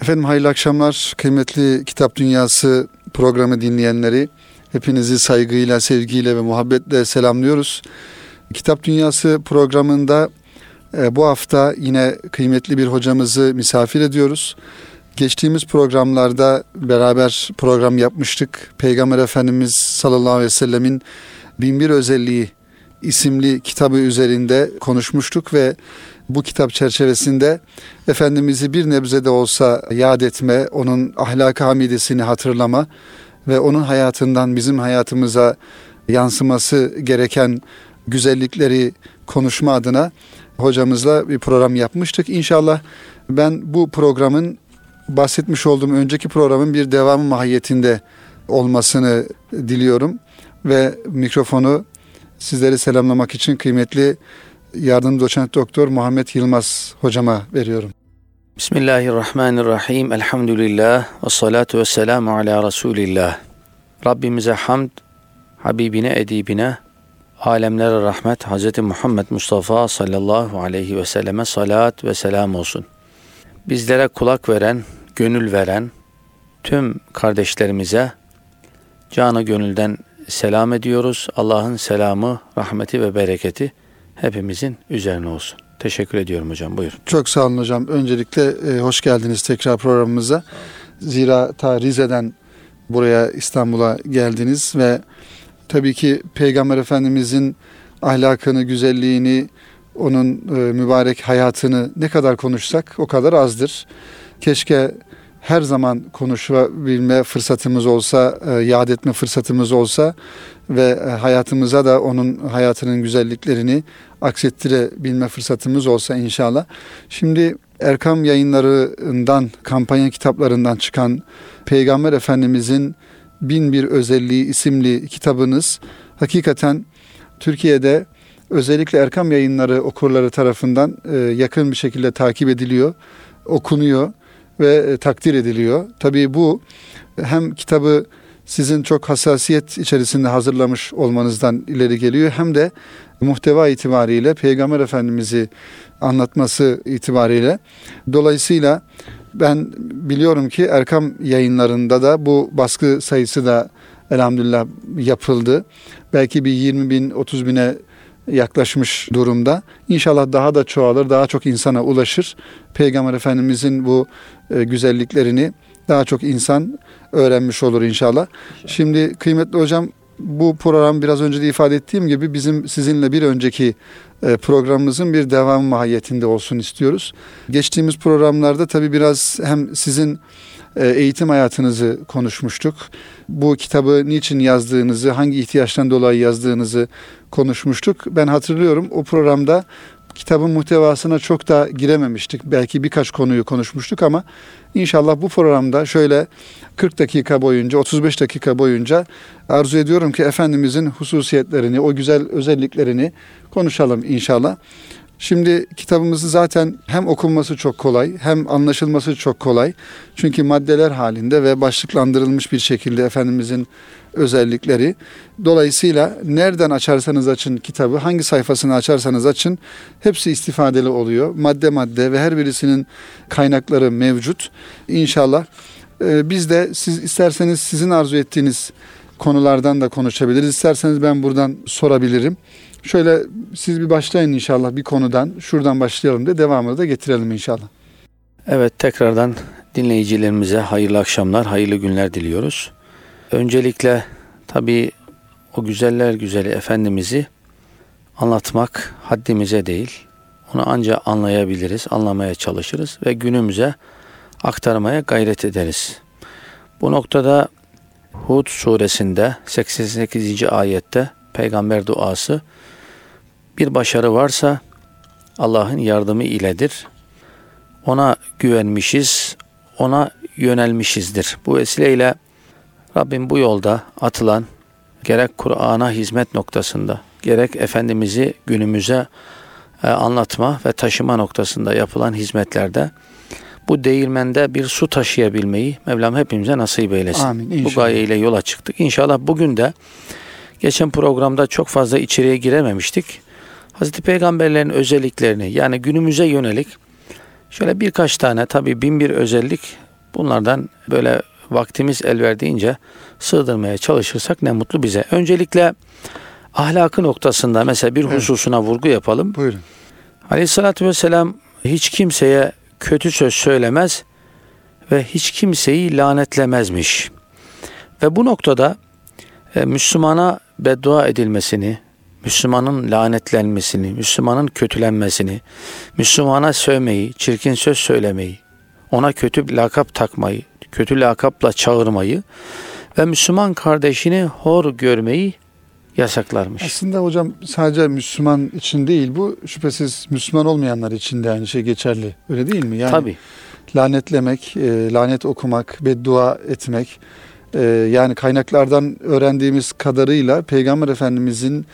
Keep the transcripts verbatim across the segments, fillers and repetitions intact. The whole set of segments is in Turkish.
Efendim hayırlı akşamlar, kıymetli Kitap Dünyası programı dinleyenleri. Hepinizi saygıyla, sevgiyle ve muhabbetle selamlıyoruz. Kitap Dünyası programında e, bu hafta yine kıymetli bir hocamızı misafir ediyoruz. Geçtiğimiz programlarda beraber program yapmıştık. Peygamber Efendimiz sallallahu aleyhi ve sellemin Bin Bir Özelliği isimli kitabı üzerinde konuşmuştuk ve bu kitap çerçevesinde Efendimiz'i bir nebze de olsa yad etme, onun ahlak-ı hamidesini hatırlama ve onun hayatından bizim hayatımıza yansıması gereken güzellikleri konuşma adına hocamızla bir program yapmıştık. İnşallah ben bu programın bahsetmiş olduğum önceki programın bir devamı mahiyetinde olmasını diliyorum ve mikrofonu sizleri selamlamak için kıymetli yardımcı doçent doktor Muhammed Yılmaz hocama veriyorum. Bismillahirrahmanirrahim. Elhamdülillah ve salatu ve selamu ala Resulillah. Rabbimize hamd, Habibine, edibine, alemlere rahmet, Hz. Muhammed Mustafa sallallahu aleyhi ve selleme salat ve selam olsun. Bizlere kulak veren, gönül veren tüm kardeşlerimize canı gönülden selam ediyoruz. Allah'ın selamı, rahmeti ve bereketi hepimizin üzerine olsun. Teşekkür ediyorum hocam. Buyurun. Çok sağ olun hocam. Öncelikle e, hoş geldiniz tekrar programımıza. Zira ta Rize'den buraya İstanbul'a geldiniz ve tabii ki Peygamber Efendimizin ahlakını, güzelliğini, onun e, mübarek hayatını ne kadar konuşsak o kadar azdır. Keşke her zaman konuşabilme fırsatımız olsa, e, yad etme fırsatımız olsa ve e, hayatımıza da onun hayatının güzelliklerini aksettirebilme fırsatımız olsa inşallah. Şimdi Erkam Yayınları'ndan, kampanya kitaplarından çıkan Peygamber Efendimizin Bin Bir Özelliği isimli kitabınız hakikaten Türkiye'de özellikle Erkam Yayınları okurları tarafından e, yakın bir şekilde takip ediliyor, okunuyor ve e, takdir ediliyor. Tabii bu hem kitabı sizin çok hassasiyet içerisinde hazırlamış olmanızdan ileri geliyor, hem de muhteva itibariyle Peygamber Efendimiz'i anlatması itibariyle. Dolayısıyla ben biliyorum ki Erkam Yayınları'nda da bu baskı sayısı da elhamdülillah yapıldı. Belki bir yirmi bin, otuz bine yaklaşmış durumda. İnşallah daha da çoğalır, daha çok insana ulaşır. Peygamber Efendimizin bu e, güzelliklerini daha çok insan öğrenmiş olur inşallah. inşallah. Şimdi kıymetli hocam, bu program biraz önce de ifade ettiğim gibi bizim sizinle bir önceki e, programımızın bir devamı mahiyetinde olsun istiyoruz. Geçtiğimiz programlarda tabii biraz hem sizin e, eğitim hayatınızı konuşmuştuk. Bu kitabı niçin yazdığınızı, hangi ihtiyaçtan dolayı yazdığınızı konuşmuştuk. Ben hatırlıyorum, o programda kitabın muhtevasına çok da girememiştik. Belki birkaç konuyu konuşmuştuk ama inşallah bu programda şöyle kırk dakika boyunca, otuz beş dakika boyunca arzu ediyorum ki Efendimizin hususiyetlerini, o güzel özelliklerini konuşalım inşallah. Şimdi kitabımızı zaten hem okunması çok kolay, hem anlaşılması çok kolay. Çünkü maddeler halinde ve başlıklandırılmış bir şekilde Efendimizin özellikleri. Dolayısıyla nereden açarsanız açın kitabı, hangi sayfasını açarsanız açın hepsi istifadeli oluyor. Madde madde ve her birisinin kaynakları mevcut. İnşallah e, biz de siz isterseniz sizin arzu ettiğiniz konulardan da konuşabiliriz. İsterseniz ben buradan sorabilirim. Şöyle siz bir başlayın inşallah bir konudan, şuradan başlayalım da devamını da getirelim inşallah. Evet, tekrardan dinleyicilerimize hayırlı akşamlar, hayırlı günler diliyoruz. Öncelikle tabii o güzeller güzeli Efendimiz'i anlatmak haddimize değil. Onu ancak anlayabiliriz, anlamaya çalışırız ve günümüze aktarmaya gayret ederiz. Bu noktada Hud suresinde seksen sekizinci ayette peygamber duası, bir başarı varsa Allah'ın yardımı iledir. Ona güvenmişiz, ona yönelmişizdir. Bu vesileyle Rabbim bu yolda atılan gerek Kur'an'a hizmet noktasında, gerek Efendimiz'i günümüze e, anlatma ve taşıma noktasında yapılan hizmetlerde bu değirmende bir su taşıyabilmeyi Mevlam hepimize nasip eylesin. Amin, bu gayeyle yola çıktık. İnşallah bugün de geçen programda çok fazla içeriye girememiştik. Hazreti Peygamberlerin özelliklerini, yani günümüze yönelik şöyle birkaç tane, tabii bin bir özellik Bunlardan böyle vaktimiz el verdiğince sığdırmaya çalışırsak ne mutlu bize. Öncelikle ahlakı noktasında mesela bir hususuna evet. vurgu yapalım. Buyurun. Aleyhissalatü vesselam hiç kimseye kötü söz söylemez ve hiç kimseyi lanetlemezmiş. Ve bu noktada e, Müslümana beddua edilmesini, Müslümanın lanetlenmesini, Müslümanın kötülenmesini, Müslümana sövmeyi, çirkin söz söylemeyi, ona kötü bir lakap takmayı, kötü lakapla çağırmayı ve Müslüman kardeşini hor görmeyi yasaklarmış. Aslında hocam sadece Müslüman için değil, bu şüphesiz Müslüman olmayanlar için de aynı şey geçerli. Öyle değil mi? Yani Tabii. Lanetlemek, e, lanet okumak, beddua etmek, e, yani kaynaklardan öğrendiğimiz kadarıyla Peygamber Efendimizin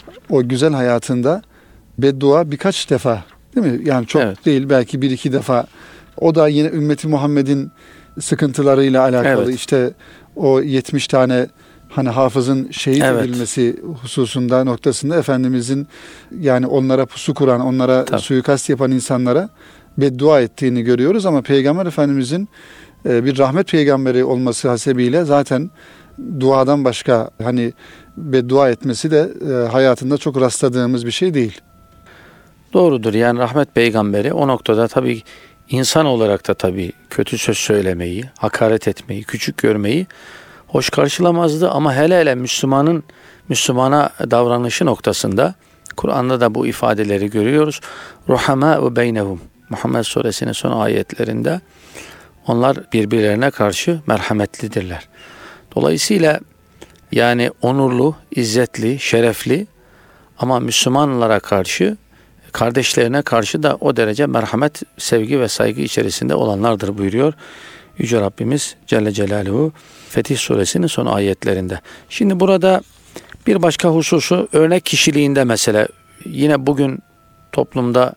o güzel hayatında beddua birkaç defa, değil mi? Yani çok evet. değil, belki bir iki defa. O da yine ümmeti Muhammed'in sıkıntılarıyla alakalı. Evet. İşte o yetmiş tane hani hafızın şehit evet. edilmesi hususunda noktasında Efendimizin yani onlara pusu kuran, onlara Tabii. suikast yapan insanlara beddua ettiğini görüyoruz ama Peygamber Efendimizin bir rahmet peygamberi olması hasebiyle zaten duadan başka hani beddua etmesi de hayatında çok rastladığımız bir şey değil. Doğrudur. Yani rahmet peygamberi o noktada tabii insan olarak da tabii kötü söz söylemeyi, hakaret etmeyi, küçük görmeyi hoş karşılamazdı ama hele hele Müslümanın Müslümana davranışı noktasında Kur'an'da da bu ifadeleri görüyoruz. Ruhamâ'u beynehum. Muhammed Suresinin son ayetlerinde onlar birbirlerine karşı merhametlidirler. Dolayısıyla yani onurlu, izzetli, şerefli ama Müslümanlara karşı, kardeşlerine karşı da o derece merhamet, sevgi ve saygı içerisinde olanlardır buyuruyor Yüce Rabbimiz Celle Celaluhu Fetih Suresinin son ayetlerinde. Şimdi burada bir başka hususu örnek kişiliğinde mesela yine bugün toplumda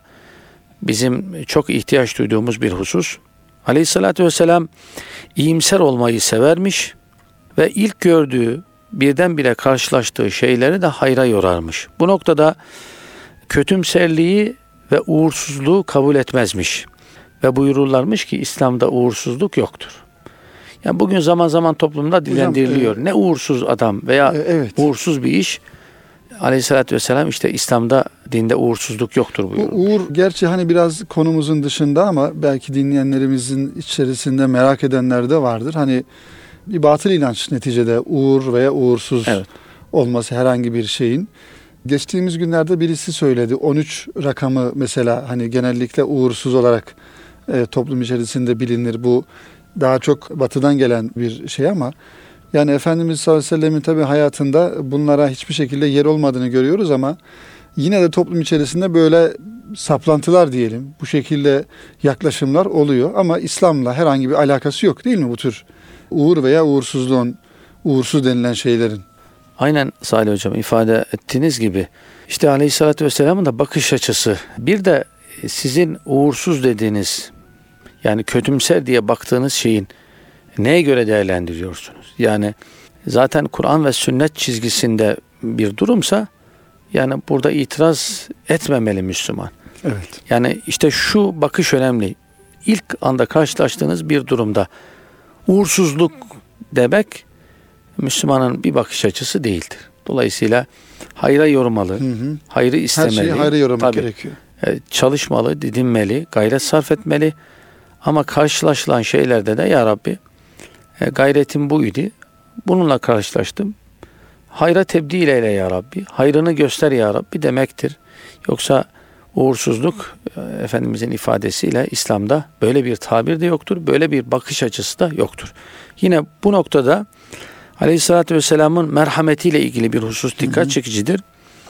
bizim çok ihtiyaç duyduğumuz bir husus. Aleyhissalatü vesselam iyimser olmayı severmiş ve ilk gördüğü birdenbire karşılaştığı şeyleri de hayra yorarmış. Bu noktada kötümserliği ve uğursuzluğu kabul etmezmiş. Ve buyururlarmış ki İslam'da uğursuzluk yoktur. Yani bugün zaman zaman toplumda dilendiriliyor. Hocam, e, ne uğursuz adam veya e, evet. uğursuz bir iş. Aleyhissalatü vesselam işte İslam'da, dinde uğursuzluk yoktur buyuruyor. Bu uğur gerçi hani biraz konumuzun dışında ama belki dinleyenlerimizin içerisinde merak edenler de vardır. Hani bir batıl inanç neticede uğur veya uğursuz evet. olması herhangi bir şeyin. Geçtiğimiz günlerde birisi söyledi. on üç rakamı mesela hani genellikle uğursuz olarak e, toplum içerisinde bilinir. Bu daha çok batıdan gelen bir şey ama yani Efendimiz sallallahu aleyhi ve sellemin tabii hayatında bunlara hiçbir şekilde yer olmadığını görüyoruz ama yine de toplum içerisinde böyle saplantılar diyelim, bu şekilde yaklaşımlar oluyor ama İslam'la herhangi bir alakası yok değil mi bu tür uğur veya uğursuzluğun, uğursuz denilen şeylerin? Aynen Salih Hocam ifade ettiğiniz gibi işte Aleyhisselatü Vesselam'ın da bakış açısı. Bir de sizin uğursuz dediğiniz yani kötümser diye baktığınız şeyin neye göre değerlendiriyorsunuz? Yani zaten Kur'an ve sünnet çizgisinde bir durumsa yani burada itiraz etmemeli Müslüman. Evet. Yani işte şu bakış önemli. İlk anda karşılaştığınız bir durumda uğursuzluk demek Müslümanın bir bakış açısı değildir. Dolayısıyla hayra yormalı, hı hı. hayrı istemeli. Her şeyi hayra yormak gerekiyor. Çalışmalı, didinmeli, gayret sarf etmeli. Ama karşılaşılan şeylerde de ya Rabbi gayretim buydu. Bununla karşılaştım. Hayra tebdil eyle ya Rabbi. Hayrını göster ya Rabbi demektir. Yoksa uğursuzluk Efendimizin ifadesiyle İslam'da böyle bir tabir de yoktur. Böyle bir bakış açısı da yoktur. Yine bu noktada Aleyhisselatü Vesselam'ın merhametiyle ilgili bir husus dikkat çekicidir.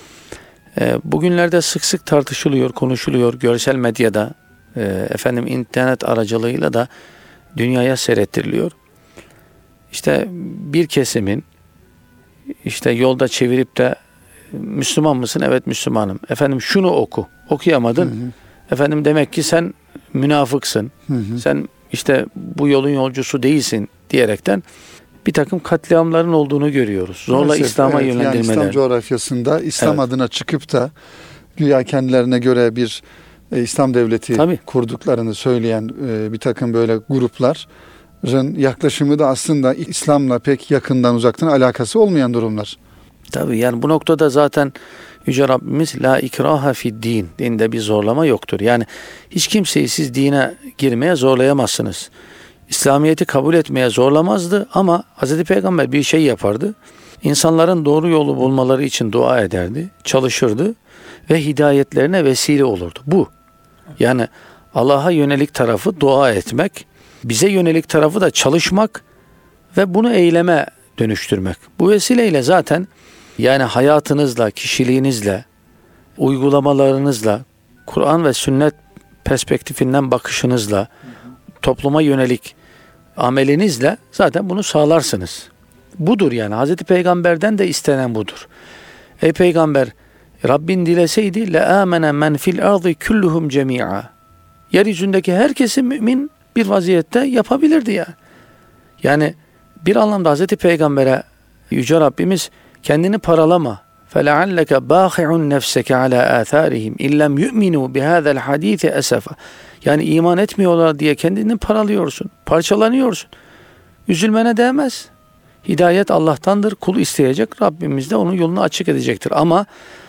Bugünlerde sık sık tartışılıyor, konuşuluyor. Görsel medyada, efendim internet aracılığıyla da dünyaya seyrettiriliyor. İşte bir kesimin işte yolda çevirip de Müslüman mısın? Evet Müslümanım. Efendim şunu oku. Okuyamadın. Hı hı. Efendim demek ki sen münafıksın. Hı hı. Sen işte bu yolun yolcusu değilsin diyerekten bir takım katliamların olduğunu görüyoruz. Zorla Maalesef, İslam'a evet, yönlendirmeler. Yani İslam coğrafyasında İslam evet. adına çıkıp da güya kendilerine göre bir e, İslam devleti Tabii. kurduklarını söyleyen e, bir takım böyle gruplar yaklaşımı da aslında İslam'la pek yakından uzaktan alakası olmayan durumlar. Tabii yani bu noktada zaten Yüce Rabbimiz la ikraha fid din, dinde bir zorlama yoktur. Yani hiç kimseyi siz dine girmeye zorlayamazsınız. İslamiyet'i kabul etmeye zorlamazdı ama Hazreti Peygamber bir şey yapardı. İnsanların doğru yolu bulmaları için dua ederdi, çalışırdı ve hidayetlerine vesile olurdu. Bu. Yani Allah'a yönelik tarafı dua etmek, bize yönelik tarafı da çalışmak ve bunu eyleme dönüştürmek. Bu vesileyle zaten yani hayatınızla, kişiliğinizle, uygulamalarınızla, Kur'an ve sünnet perspektifinden bakışınızla, topluma yönelik amelinizle zaten bunu sağlarsınız. Budur yani. Hazreti Peygamber'den de istenen budur. Ey Peygamber, Rabbin dileseydi le amene men fil ardı kulluhum cemi'a. Yeryüzündeki herkesi mümin bir vaziyette yapabilirdi yani. Yani bir anlamda Hazreti Peygamber'e Yüce Rabbimiz kendini paralama. فَلَعَلَّكَ بَاخِعُنْ نَفْسَكَ عَلَى آثَارِهِمْ اِنْ لَمْ يُؤْمِنُوا بِهَذَا الْحَد۪يثِ اَسَفًا. Yani iman etmiyorlar diye kendini paralıyorsun, parçalanıyorsun. Üzülmene değmez. Hidayet Allah'tandır, kul isteyecek, Rabbimiz de onun yolunu açık edecektir. Ama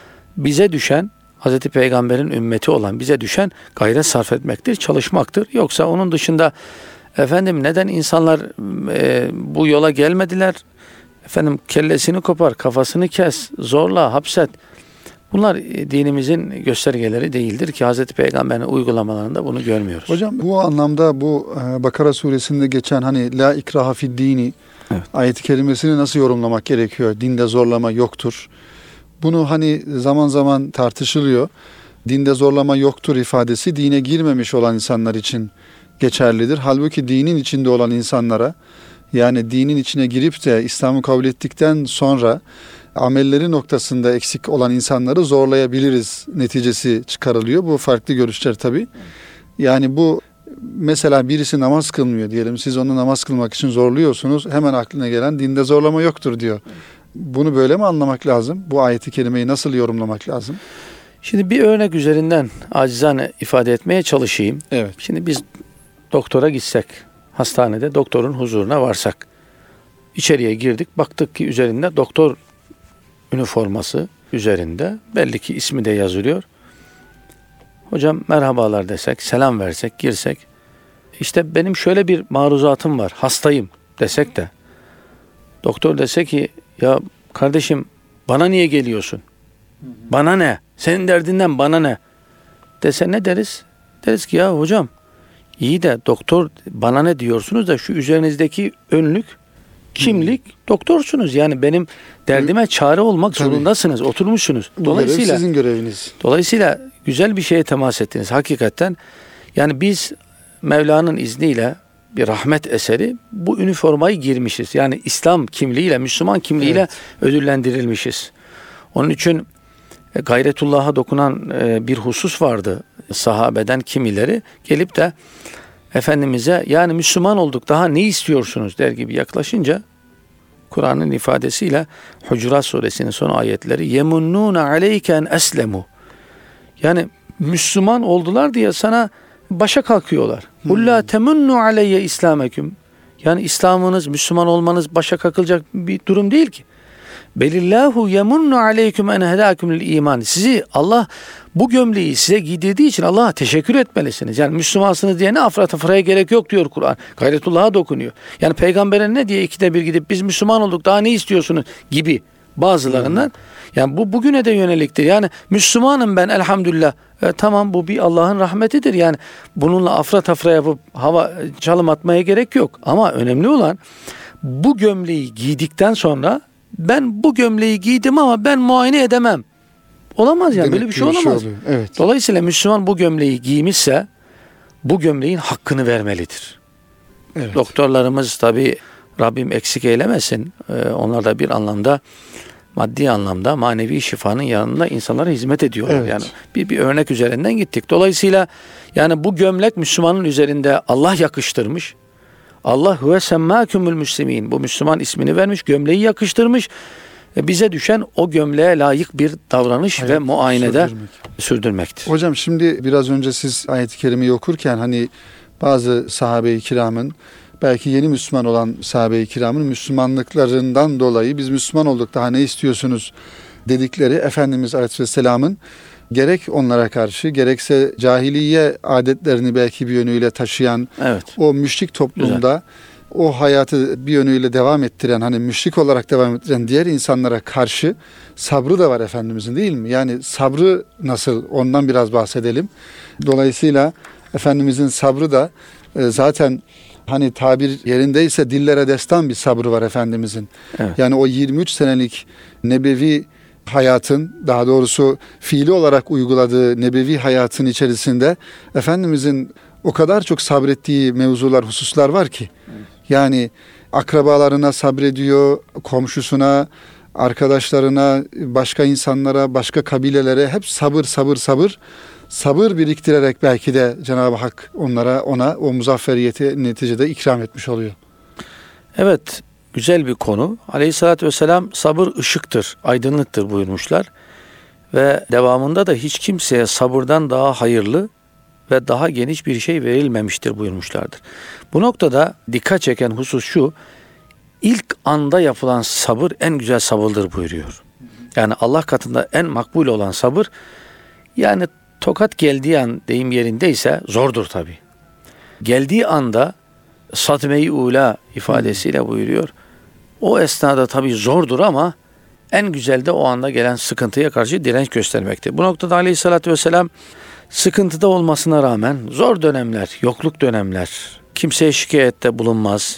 bize düşen, Hazreti Peygamber'in ümmeti olan bize düşen gayret sarf etmektir, çalışmaktır. Yoksa onun dışında efendim neden insanlar e, bu yola gelmediler? Efendim kellesini kopar, kafasını kes, zorla, hapset. Bunlar dinimizin göstergeleri değildir ki Hazreti Peygamber'in uygulamalarında bunu görmüyoruz. Hocam bu anlamda bu Bakara suresinde geçen hani la ikraha fid dini, evet, ayet-i kerimesini nasıl yorumlamak gerekiyor? Dinde zorlama yoktur. Bunu hani zaman zaman tartışılıyor. Dinde zorlama yoktur ifadesi dine girmemiş olan insanlar için geçerlidir. Halbuki dinin içinde olan insanlara, yani dinin içine girip de İslam'ı kabul ettikten sonra amelleri noktasında eksik olan insanları zorlayabiliriz neticesi çıkarılıyor. Bu farklı görüşler tabii. Yani bu mesela birisi namaz kılmıyor diyelim. Siz onu namaz kılmak için zorluyorsunuz. Hemen aklına gelen dinde zorlama yoktur diyor. Bunu böyle mi anlamak lazım? Bu ayeti kerimeyi nasıl yorumlamak lazım? Şimdi bir örnek üzerinden acizane ifade etmeye çalışayım. Evet. Şimdi biz doktora gitsek, hastanede doktorun huzuruna varsak, içeriye girdik, baktık ki üzerinde doktor üniforması üzerinde, belli ki ismi de yazılıyor. Hocam merhabalar desek, selam versek, girsek, işte benim şöyle bir maruzatım var, hastayım desek de, doktor dese ki ya kardeşim bana niye geliyorsun? Bana ne? Senin derdinden bana ne? Dese ne deriz? Deriz ki ya hocam iyi de doktor bana ne diyorsunuz da şu üzerinizdeki önlük, kimlik, hmm. doktorsunuz. Yani benim derdime çare olmak Tabii. zorundasınız. Oturmuşsunuz. Bu dolayısıyla görev sizin göreviniz. Dolayısıyla güzel bir şeye temas ettiniz. Hakikaten yani biz Mevla'nın izniyle bir rahmet eseri bu üniformayı girmişiz. Yani İslam kimliğiyle, Müslüman kimliğiyle evet. ödüllendirilmişiz. Onun için gayretullah'a dokunan bir husus vardı. Sahabeden kimileri gelip de Efendimiz'e yani Müslüman olduk daha ne istiyorsunuz der gibi yaklaşınca Kur'an'ın ifadesiyle Hucurat suresinin son ayetleri yemunnûne aleyken eslemu, yani Müslüman oldular diye sana başa kalkıyorlar. Kul la temunnu aleyye islameküm, yani İslam'ınız, Müslüman olmanız başa kakılacak bir durum değil ki. Belillahu yemunnu aleyküm en hedâküm lil iman. Sizi Allah bu gömleği size giydirdiği için Allah'a teşekkür etmelisiniz. Yani Müslümansınız diye ne afra tafraya gerek yok diyor Kur'an. Gayretullah'a dokunuyor. Yani peygambere ne diye ikide bir gidip biz Müslüman olduk daha ne istiyorsunuz gibi bazılarından. Hmm. Yani bu bugüne de yöneliktir. Yani Müslümanım ben elhamdülillah. E, tamam bu bir Allah'ın rahmetidir. Yani bununla afra tafra yapıp hava çalım atmaya gerek yok. Ama önemli olan bu gömleği giydikten sonra ben bu gömleği giydim ama ben muayene edemem. Olamaz yani. Demek böyle bir şey olamaz. Şey evet. Dolayısıyla Müslüman bu gömleği giymişse bu gömleğin hakkını vermelidir. Evet. Doktorlarımız tabii Rabbim eksik eylemesin. Ee, onlar da bir anlamda maddi anlamda manevi şifanın yanında insanlara hizmet ediyorlar. Evet. Yani bir, bir örnek üzerinden gittik. Dolayısıyla yani bu gömlek Müslümanın üzerinde Allah yakıştırmış. Allah huve semmâkümül müslimîn. Bu Müslüman ismini vermiş, gömleği yakıştırmış. E bize düşen o gömleğe layık bir davranış Hayat, ve muayenede sürdürmek. sürdürmektir. Hocam şimdi biraz önce siz ayet-i kerimeyi okurken hani bazı sahabe-i kiramın belki yeni Müslüman olan sahabe-i kiramın Müslümanlıklarından dolayı biz Müslüman olduk daha ne istiyorsunuz dedikleri Efendimiz Aleyhisselam'ın gerek onlara karşı gerekse cahiliye adetlerini belki bir yönüyle taşıyan evet. o müşrik toplumda güzel. O hayatı bir yönüyle devam ettiren hani müşrik olarak devam ettiren diğer insanlara karşı sabrı da var Efendimizin değil mi? Yani sabrı nasıl ondan biraz bahsedelim. Dolayısıyla Efendimizin sabrı da e, zaten hani tabir yerindeyse dillere destan bir sabrı var Efendimizin. Evet. Yani o yirmi üç senelik nebevi hayatın daha doğrusu fiili olarak uyguladığı nebevi hayatın içerisinde Efendimizin o kadar çok sabrettiği mevzular, hususlar var ki. Evet. Yani akrabalarına sabrediyor, komşusuna, arkadaşlarına, başka insanlara, başka kabilelere hep sabır, sabır, sabır. Sabır biriktirerek belki de Cenab-ı Hak onlara ona o muzafferiyeti neticede ikram etmiş oluyor. Evet, güzel bir konu. Aleyhissalatü vesselam sabır ışıktır, aydınlıktır buyurmuşlar. Ve devamında da hiç kimseye sabırdan daha hayırlı ve daha geniş bir şey verilmemiştir buyurmuşlardır. Bu noktada dikkat çeken husus şu, ilk anda yapılan sabır en güzel sabırdır buyuruyor. Yani Allah katında en makbul olan sabır, yani tokat geldiği an deyim yerindeyse zordur tabii. Geldiği anda sadme-i ula ifadesiyle buyuruyor. O esnada tabii zordur ama en güzel de o anda gelen sıkıntıya karşı direnç göstermektir. Bu noktada Aleyhisselatü Vesselam sıkıntıda olmasına rağmen zor dönemler, yokluk dönemler, kimseye şikayette bulunmaz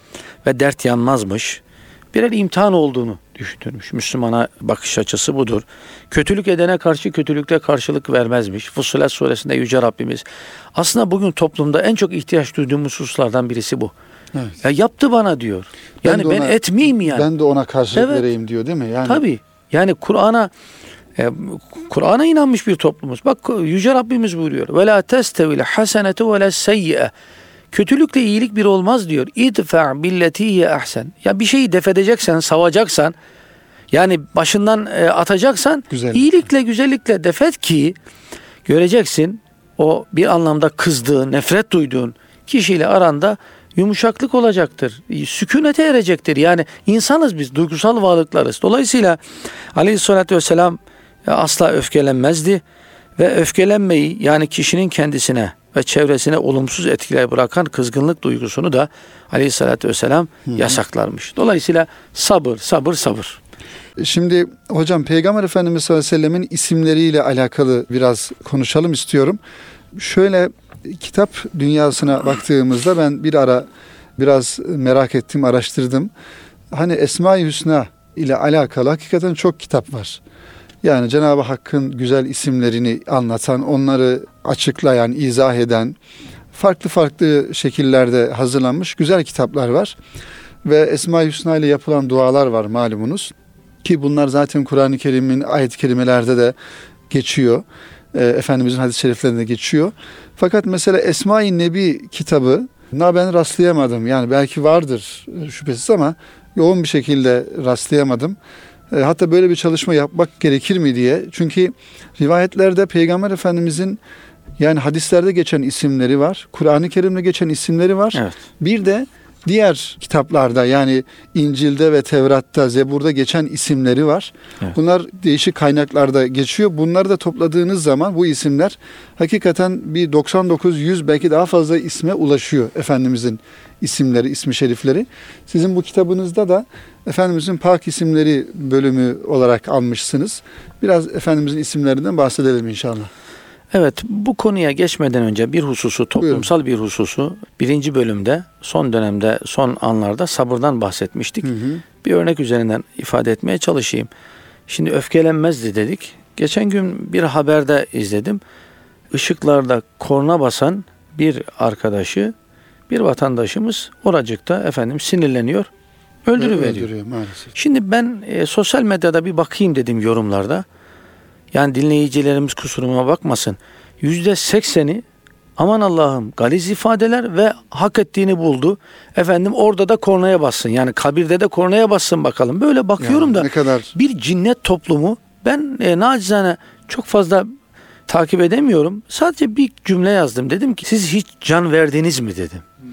ve dert yanmazmış. Birer imtihan olduğunu düşünürmüş. Müslümana bakış açısı budur. Kötülük edene karşı kötülükle karşılık vermezmiş. Fussilet suresinde Yüce Rabbimiz. Aslında bugün toplumda en çok ihtiyaç duyduğumuz hususlardan birisi bu. Evet. Ya yaptı bana diyor. Yani ben, ben ona, etmeyeyim yani. Ben de ona karşılık evet. vereyim diyor değil mi? Yani... Tabii. Yani Kur'an'a e, Kur'an'a inanmış bir toplumuz. Bak Yüce Rabbimiz buyuruyor. Ve la testevil hasenetu ve la seyyi'e. Kötülükle iyilik bir olmaz diyor. İdfa billetihi ahsen. Ya bir şeyi defedeceksen, savacaksan, yani başından e, atacaksan Güzel. iyilikle, güzellikle defet ki göreceksin o bir anlamda kızdığın, nefret duyduğun kişiyle aranda yumuşaklık olacaktır. Sükunete erecektir. Yani insanız biz, duygusal varlıklarız. Dolayısıyla Aleyhisselatü Vesselam asla öfkelenmezdi ve öfkelenmeyi yani kişinin kendisine ve çevresine olumsuz etkiler bırakan kızgınlık duygusunu da Aleyhisselatü Vesselam Hı-hı. yasaklarmış. Dolayısıyla sabır, sabır, sabır. Şimdi hocam Peygamber Efendimiz sallallahu aleyhi ve sellemin isimleriyle alakalı biraz konuşalım istiyorum. Şöyle kitap dünyasına baktığımızda ben bir ara biraz merak ettim, araştırdım. Hani Esma-i Hüsna ile alakalı hakikaten çok kitap var. Yani Cenab-ı Hakk'ın güzel isimlerini anlatan, onları açıklayan, izah eden, farklı farklı şekillerde hazırlanmış güzel kitaplar var. Ve Esma-i Hüsna ile yapılan dualar var malumunuz. Ki bunlar zaten Kur'an-ı Kerim'in ayet-i kerimelerde de geçiyor. E, Efendimizin hadis-i şeriflerinde geçiyor. Fakat mesela Esma-i Nebi kitabına ben rastlayamadım. Yani belki vardır şüphesiz ama yoğun bir şekilde rastlayamadım. Hatta böyle bir çalışma yapmak gerekir mi diye. Çünkü rivayetlerde Peygamber Efendimizin yani hadislerde geçen isimleri var. Kur'an-ı Kerim'de geçen isimleri var. Evet. Bir de diğer kitaplarda yani İncil'de ve Tevrat'ta, Zebur'da geçen isimleri var. Evet. Bunlar değişik kaynaklarda geçiyor. Bunları da topladığınız zaman bu isimler hakikaten bir doksan dokuz yüz belki daha fazla isme ulaşıyor Efendimizin isimleri, ismi şerifleri. Sizin bu kitabınızda da Efendimizin Pak isimleri bölümü olarak almışsınız. Biraz Efendimizin isimlerinden bahsedelim inşallah. Evet, bu konuya geçmeden önce bir hususu, toplumsal Buyurun. bir hususu birinci bölümde, son dönemde, son anlarda sabırdan bahsetmiştik. Hı hı. Bir örnek üzerinden ifade etmeye çalışayım. Şimdi öfkelenmezdi dedik. Geçen gün bir haberde izledim. Işıklarda korna basan bir arkadaşı, bir vatandaşımız oracıkta efendim sinirleniyor, öldürüveriyor. Öldürüyor maalesef. Şimdi ben e, sosyal medyada bir bakayım dedim yorumlarda. Yani dinleyicilerimiz kusuruma bakmasın. Yüzde sekseni aman Allah'ım galiz ifadeler ve hak ettiğini buldu. Efendim orada da kornaya bassın. Yani kabirde de kornaya bassın bakalım. Böyle bakıyorum ya, da ne kadar... bir cinnet toplumu. Ben e, nacizane çok fazla takip edemiyorum. Sadece bir cümle yazdım. Dedim ki siz hiç can verdiniz mi dedim. Hmm.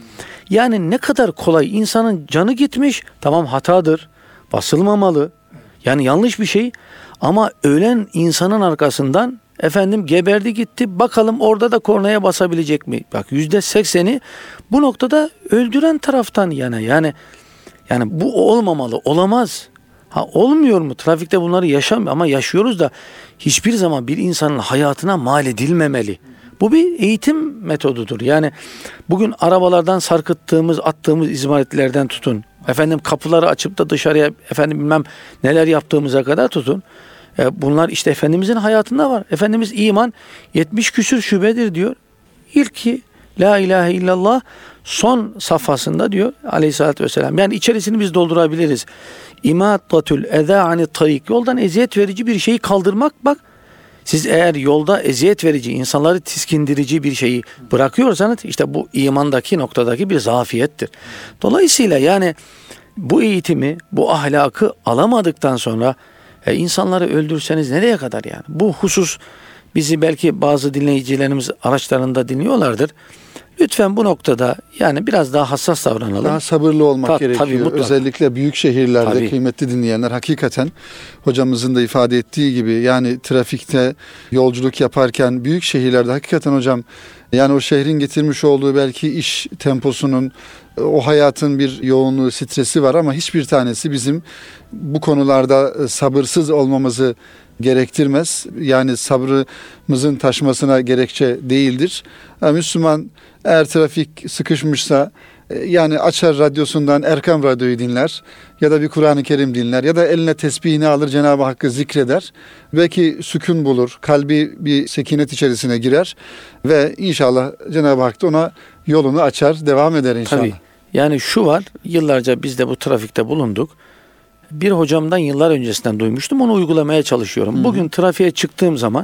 Yani ne kadar kolay, insanın canı gitmiş, tamam hatadır, basılmamalı, yani yanlış bir şey, ama ölen insanın arkasından efendim geberdi gitti, bakalım orada da kornaya basabilecek mi? Bak yüzde sekseni bu noktada öldüren taraftan yana. Yani yani bu olmamalı, olamaz. Ha olmuyor mu? Trafikte bunları yaşamıyor ama yaşıyoruz da hiçbir zaman bir insanın hayatına mal edilmemeli. Bu bir eğitim metodudur. Yani bugün arabalardan sarkıttığımız, attığımız izmaritlerden tutun. Efendim kapıları açıp da dışarıya efendim bilmem neler yaptığımıza kadar tutun. E bunlar işte Efendimizin hayatında var. Efendimiz iman yetmiş küsür şubedir diyor. İlki la ilahe illallah, son safhasında diyor aleyhissalatü vesselam. Yani içerisini biz doldurabiliriz. İmatatul eza anit tarik. Yoldan eziyet verici bir şeyi kaldırmak. Bak siz eğer yolda eziyet verici, insanları tiskindirici bir şeyi bırakıyorsanız işte bu imandaki noktadaki bir zafiyettir. Dolayısıyla yani bu eğitimi, bu ahlakı alamadıktan sonra e, insanları öldürseniz nereye kadar yani? Bu husus bizi belki bazı dinleyicilerimiz araçlarında dinliyorlardır. Lütfen bu noktada yani biraz daha hassas davranalım. Daha sabırlı olmak Ta, gerekiyor. tabii, özellikle büyük şehirlerde tabii. Kıymetli dinleyenler, hakikaten hocamızın da ifade ettiği gibi yani trafikte yolculuk yaparken büyük şehirlerde hakikaten hocam yani o şehrin getirmiş olduğu belki iş temposunun, o hayatın bir yoğunluğu, stresi var ama hiçbir tanesi bizim bu konularda sabırsız olmamızı gerektirmez. Yani sabrımızın taşmasına gerekçe değildir. Yani Müslüman eğer trafik sıkışmışsa yani açar radyosundan Erkam Radyo'yu dinler ya da bir Kur'an-ı Kerim dinler ya da eline tesbihini alır, Cenab-ı Hakk'ı zikreder. Belki sükun bulur, kalbi bir sekinet içerisine girer ve inşallah Cenab-ı Hak da ona yolunu açar, devam eder inşallah. Tabii. Yani şu var, yıllarca biz de bu trafikte bulunduk. Bir hocamdan yıllar öncesinden duymuştum, onu uygulamaya çalışıyorum. Hı-hı. Bugün trafiğe çıktığım zaman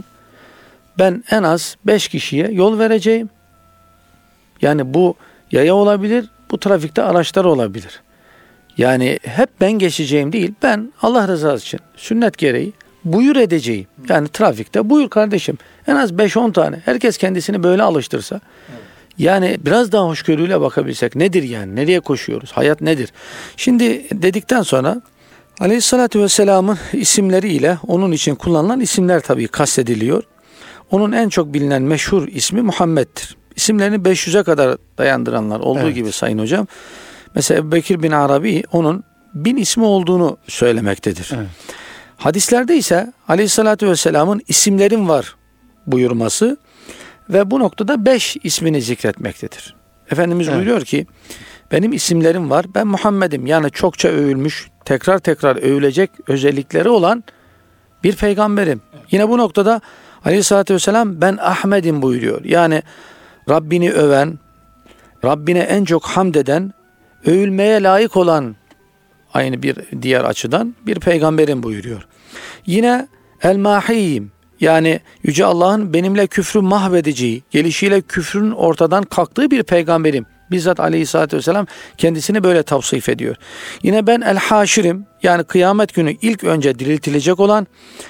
ben en az beş kişiye yol vereceğim. Yani bu yaya olabilir, bu trafikte araçlar olabilir. Yani hep ben geçeceğim değil, ben Allah rızası için sünnet gereği buyur edeceğim. Yani trafikte buyur kardeşim, en az beş on tane. Herkes kendisini böyle alıştırsa. Evet. Yani biraz daha hoşgörüyle bakabilsek nedir yani, nereye koşuyoruz, hayat nedir? Şimdi dedikten sonra Aleyhissalatü Vesselam'ın isimleriyle onun için kullanılan isimler tabii kastediliyor. Onun en çok bilinen meşhur ismi Muhammed'dir. İsimlerini beş yüze kadar dayandıranlar olduğu evet. gibi Sayın Hocam. Mesela Ebu Bekir bin Arabi onun bin ismi olduğunu söylemektedir. Evet. Hadislerde ise Aleyhissalatü Vesselam'ın isimlerin var buyurması ve bu noktada beş ismini zikretmektedir. Efendimiz evet. buyuruyor ki benim isimlerim var, ben Muhammed'im, yani çokça övülmüş, tekrar tekrar övülecek özellikleri olan bir peygamberim. Evet. Yine bu noktada Aleyhissalatü Vesselam ben Ahmet'im buyuruyor. Yani Rabbini öven, Rabbine en çok hamd eden, övülmeye layık olan aynı bir diğer açıdan bir peygamberim buyuruyor. Yine El-Mahiyim, yani Yüce Allah'ın benimle küfrü mahvedeceği, gelişiyle küfrün ortadan kalktığı bir peygamberim. Bizzat Aleyhisselatü Vesselam kendisini böyle tavsif ediyor. Yine ben El-Haşirim, yani kıyamet günü ilk önce diriltilecek olan,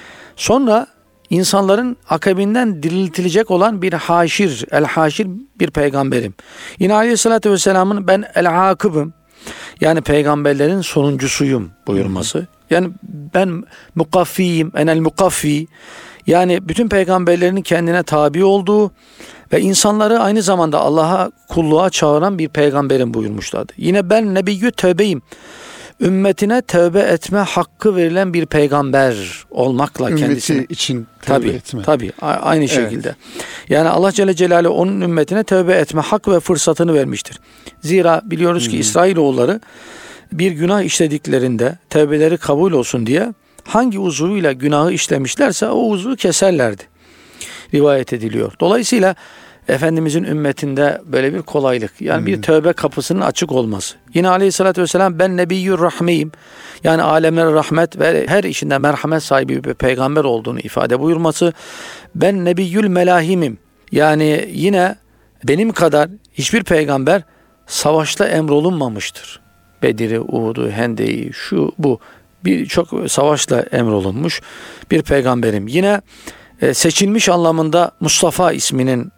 sonra insanların akabinden diriltilecek olan bir haşir, El-Haşir bir peygamberim. Yine Aleyhisselatü Vesselam'ın ben El-Akıbım, yani peygamberlerin sonuncusuyum buyurması. Yani ben mukaffiyim, enel mukaffi, yani bütün peygamberlerin kendine tabi olduğu ve insanları aynı zamanda Allah'a kulluğa çağıran bir peygamberim buyurmuşlardı. Yine ben nebiyyü tövbeyim, ümmetine tövbe etme hakkı verilen bir peygamber olmakla ümmeti kendisine için tövbe tabii, etme. Tabii aynı şekilde. Evet. Yani Allah Celle Celaluhu onun ümmetine tövbe etme hak ve fırsatını vermiştir. Zira biliyoruz hmm. ki İsrailoğulları bir günah işlediklerinde tövbeleri kabul olsun diye hangi uzvuyla günahı işlemişlerse o uzvu keserlerdi. Rivayet ediliyor. Dolayısıyla Efendimizin ümmetinde böyle bir kolaylık, yani hmm. bir tövbe kapısının açık olması. Yine Aleyhisselatü Vesselam ben Nebiyyur Rahmeyim, yani alemlere rahmet ve her işinde merhamet sahibi bir peygamber olduğunu ifade buyurması. Ben Nebiyyül Melahimim, yani yine benim kadar hiçbir peygamber savaşta emrolunmamıştır. Bedir'i, Uhud'u, Hende'yi, şu bu birçok savaşla emrolunmuş bir peygamberim. Yine seçilmiş anlamında Mustafa isminin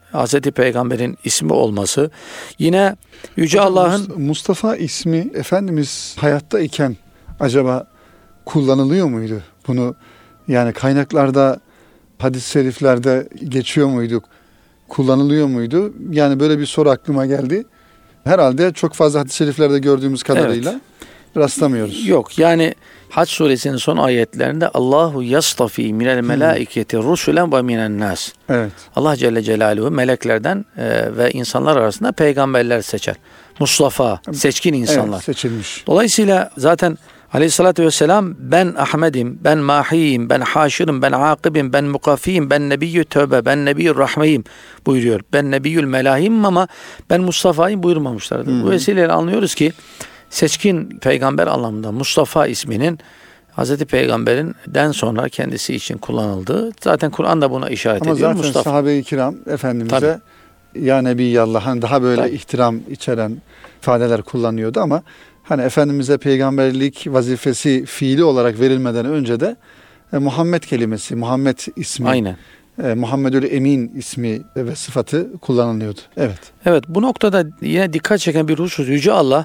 Hazreti Peygamber'in ismi olması. Yine Yüce Allah'ın... Mustafa ismi Efendimiz hayatta iken acaba kullanılıyor muydu? Bunu yani kaynaklarda, hadis-i şeriflerde geçiyor muydu? Kullanılıyor muydu? Yani böyle bir soru aklıma geldi. Herhalde çok fazla hadis-i şeriflerde gördüğümüz kadarıyla evet. rastlamıyoruz. Yok yani Hac suresinin son ayetlerinde Allahu yastafi minel melaiketi rusulen ve minen nas. Evet. Allah Celle Celaluhu meleklerden e, ve insanlar arasında peygamberler seçer. Mustafa, seçkin insanlar. Evet, seçilmiş. Dolayısıyla zaten Aleyhissalatü vesselam ben Ahmedim, ben Mahiyim, ben Haşir'im, ben Akibim, ben Mukafiyim, ben Nebiyyü Tövbe, ben Nebiyyü Rahmeyim buyuruyor. Ben Nebiyyül Melahim ama ben Mustafa'yım buyurmamışlardır. Hmm. Bu vesileyle anlıyoruz ki seçkin peygamber anlamında Mustafa isminin Hazreti Peygamber'den sonra kendisi için kullanıldığı, zaten Kur'an da buna işaret ama ediyor. Ama zaten Mustafa. sahabe-i kiram Efendimiz'e Tabii. ya Nebiyallah hani daha böyle Tabii. ihtiram içeren ifadeler kullanıyordu ama hani Efendimiz'e peygamberlik vazifesi fiili olarak verilmeden önce de e, Muhammed kelimesi, Muhammed ismi, Aynen. E, Muhammedül Emin ismi ve sıfatı kullanılıyordu. Evet. Evet, bu noktada yine dikkat çeken bir husus, Yüce Allah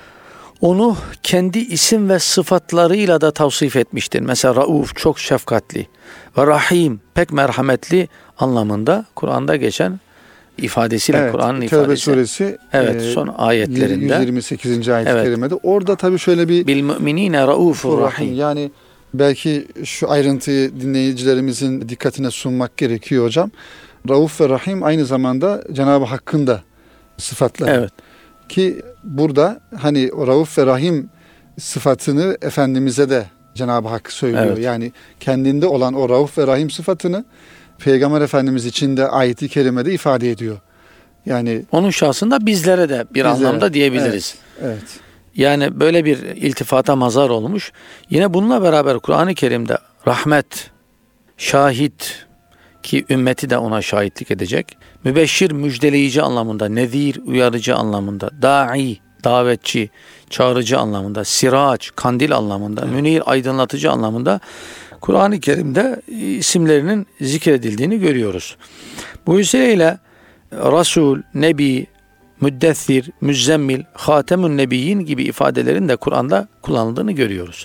onu kendi isim ve sıfatlarıyla da tavsif etmiştir. Mesela Rauf, çok şefkatli ve Rahim, pek merhametli anlamında Kur'an'da geçen ifadesiyle evet, Kur'an'ın ifadesi. Tevbe suresi evet, son ayetlerinde. yüz yirmi sekizinci ayet-i evet. kerimede. Orada tabii şöyle bir bil müminine raufur rahim. Yani belki şu ayrıntıyı dinleyicilerimizin dikkatine sunmak gerekiyor hocam. Rauf ve Rahim aynı zamanda Cenab-ı Hakk'ın da sıfatları. Evet. Ki burada hani o Rauf ve Rahim sıfatını Efendimiz'e de Cenab-ı Hak söylüyor. Evet. Yani kendinde olan o Rauf ve Rahim sıfatını Peygamber Efendimiz için de ayet-i kerimede ifade ediyor. Yani onun şahsında bizlere de bir bizlere, anlamda diyebiliriz. Evet, evet. Yani böyle bir iltifata mazhar olmuş. Yine bununla beraber Kur'an-ı Kerim'de rahmet, şahit ki ümmeti de ona şahitlik edecek. Mübeşşir, müjdeleyici anlamında, nezir, uyarıcı anlamında, da'i, davetçi, çağırıcı anlamında, siraç, kandil anlamında, evet. münir, aydınlatıcı anlamında Kur'an-ı Kerim'de isimlerinin zikredildiğini görüyoruz. Bu vesileyle Resul, Nebi, Müddessir, Müzzemmil, Hatemün Nebiyyin gibi ifadelerin de Kur'an'da kullanıldığını görüyoruz.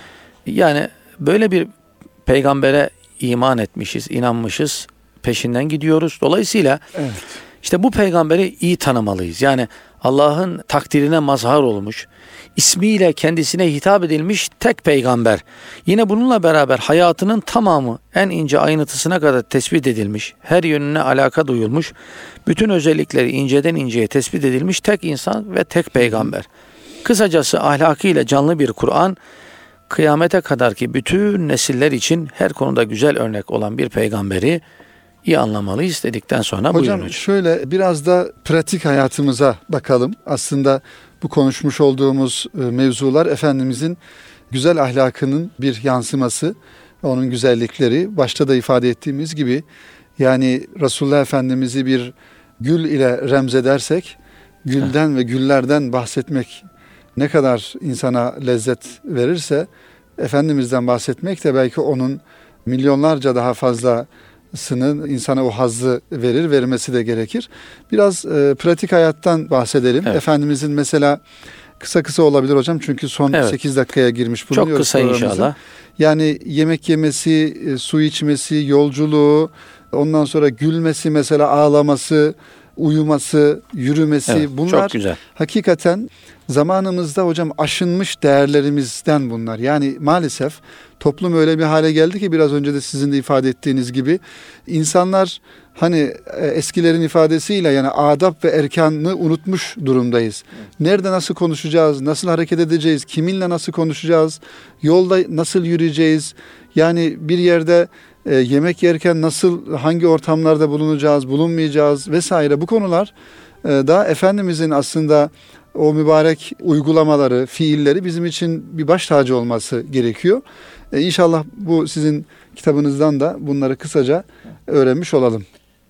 Yani böyle bir peygambere iman etmişiz, inanmışız, peşinden gidiyoruz. Dolayısıyla evet. işte bu peygamberi iyi tanımalıyız. Yani Allah'ın takdirine mazhar olmuş, ismiyle kendisine hitap edilmiş tek peygamber. Yine bununla beraber hayatının tamamı en ince ayrıntısına kadar tespit edilmiş, her yönüne alaka duyulmuş, bütün özellikleri inceden inceye tespit edilmiş tek insan ve tek peygamber. Kısacası ahlakıyla canlı bir Kur'an, kıyamete kadar ki bütün nesiller için her konuda güzel örnek olan bir peygamberi iyi anlamalıyız dedikten sonra hocam, buyurun hocam. Şöyle biraz da pratik hayatımıza bakalım. Aslında bu konuşmuş olduğumuz mevzular Efendimizin güzel ahlakının bir yansıması, onun güzellikleri. Başta da ifade ettiğimiz gibi yani Resulullah Efendimiz'i bir gül ile remzedersek, gülden ve güllerden bahsetmek ne kadar insana lezzet verirse, Efendimiz'den bahsetmek de belki onun milyonlarca daha fazlasının insana o hazzı verir, vermesi de gerekir. Biraz e, pratik hayattan bahsedelim. Evet. Efendimizin mesela kısa kısa olabilir hocam çünkü son evet. sekiz dakikaya girmiş bulunuyoruz. Çok kısa inşallah. Yani yemek yemesi, e, su içmesi, yolculuğu, ondan sonra gülmesi mesela, ağlaması, uyuması, yürümesi, evet, bunlar çok güzel. Hakikaten zamanımızda hocam aşınmış değerlerimizden bunlar. Yani maalesef toplum öyle bir hale geldi ki biraz önce de sizin de ifade ettiğiniz gibi insanlar hani eskilerin ifadesiyle yani adab ve erkanını unutmuş durumdayız. Evet. Nerede nasıl konuşacağız, nasıl hareket edeceğiz, kiminle nasıl konuşacağız, yolda nasıl yürüyeceğiz, yani bir yerde e, yemek yerken nasıl, hangi ortamlarda bulunacağız, bulunmayacağız vesaire, bu konular e, da Efendimizin aslında o mübarek uygulamaları, fiilleri bizim için bir baş tacı olması gerekiyor. E, İnşallah bu sizin kitabınızdan da bunları kısaca öğrenmiş olalım.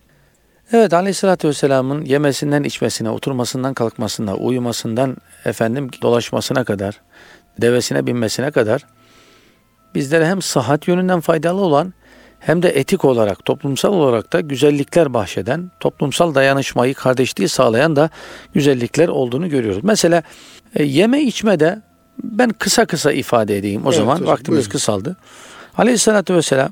Evet, Aleyhisselatü Vesselam'ın yemesinden içmesine, oturmasından kalkmasına, uyumasından efendim dolaşmasına kadar, devesine binmesine kadar bizlere hem sıhhat yönünden faydalı olan hem de etik olarak, toplumsal olarak da güzellikler bahşeden, toplumsal dayanışmayı, kardeşliği sağlayan da güzellikler olduğunu görüyoruz. Mesela e, yeme içmede ben kısa kısa ifade edeyim. O Evet zaman hocam, vaktimiz buyurun. kısaldı. Aleyhissalatü vesselam